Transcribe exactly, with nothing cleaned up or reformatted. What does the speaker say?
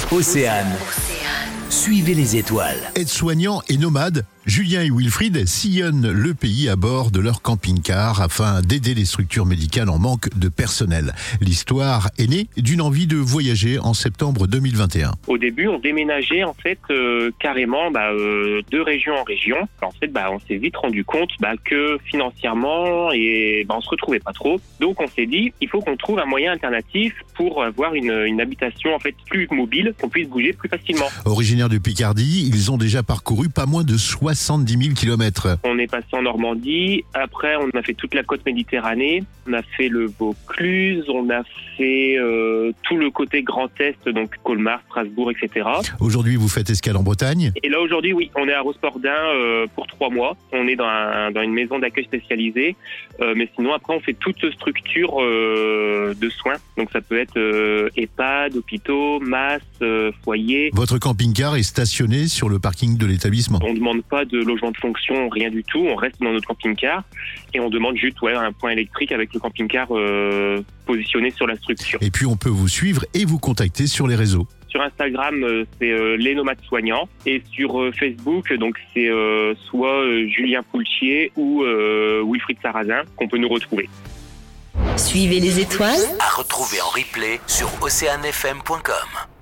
Océane. Suivez les étoiles. Aides-soignants et nomades, Julien et Wilfried sillonnent le pays à bord de leur camping-car afin d'aider les structures médicales en manque de personnel. L'histoire est née d'une envie de voyager en septembre deux mille vingt et un. Au début, on déménageait en fait euh, carrément bah, euh, de région en région. En fait, bah, on s'est vite rendu compte bah, que financièrement, et bah, on se retrouvait pas trop. Donc, on s'est dit, il faut qu'on trouve un moyen alternatif pour avoir une, une habitation en fait plus mobile, qu'on puisse bouger plus facilement. Originaires de Picardie, ils ont déjà parcouru pas moins de soixante-dix mille kilomètres. On est passé en Normandie, après on a fait toute la côte méditerranée, on a fait le Vaucluse, on a fait euh, tout le côté Grand Est, donc Colmar, Strasbourg, et cetera. Aujourd'hui, vous faites escale en Bretagne. Et là aujourd'hui, oui, on est à Rospordin euh, pour trois mois. On est dans, un, dans une maison d'accueil spécialisée, euh, mais sinon après on fait toute structure euh, de soins. Donc ça peut être euh, EHPAD, hôpitaux, masses, euh, foyers. Votre camping-car est stationné sur le parking de l'établissement. On ne demande pas de logement de fonction, rien du tout. On reste dans notre camping-car et on demande juste ouais, un point électrique avec le camping-car euh, positionné sur la structure. Et puis on peut vous suivre et vous contacter sur les réseaux. Sur Instagram, euh, c'est euh, les nomades soignants. Et sur euh, Facebook, donc c'est euh, soit euh, Julien Poulchier ou euh, Wilfried Sarrazin qu'on peut nous retrouver. Suivez les étoiles. À retrouver en replay sur océane f m point com.